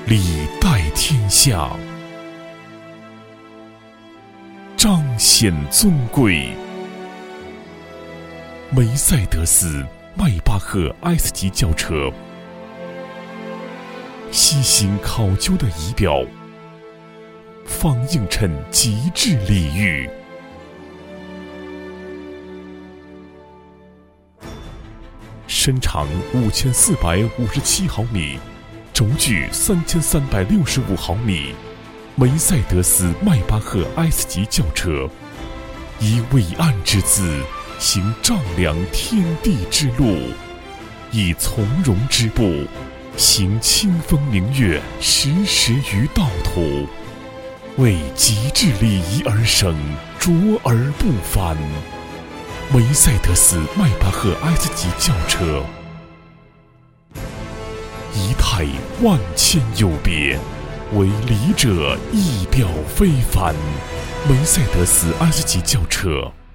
礼待天下，彰显尊贵。梅赛德斯迈巴赫 S 级轿车，细心考究的仪表，方映衬极致礼遇。身长5457毫米，轴距3365毫米，梅赛德斯迈巴赫 S 级轿车，以伟岸之姿行丈量天地之路，以从容之步行清风明月10时余道途，为极致礼仪而生，卓而不凡。梅赛德斯迈巴赫 S 级轿车，仪态万千有别，为礼者仪表非凡。梅赛德斯 S 级轿车。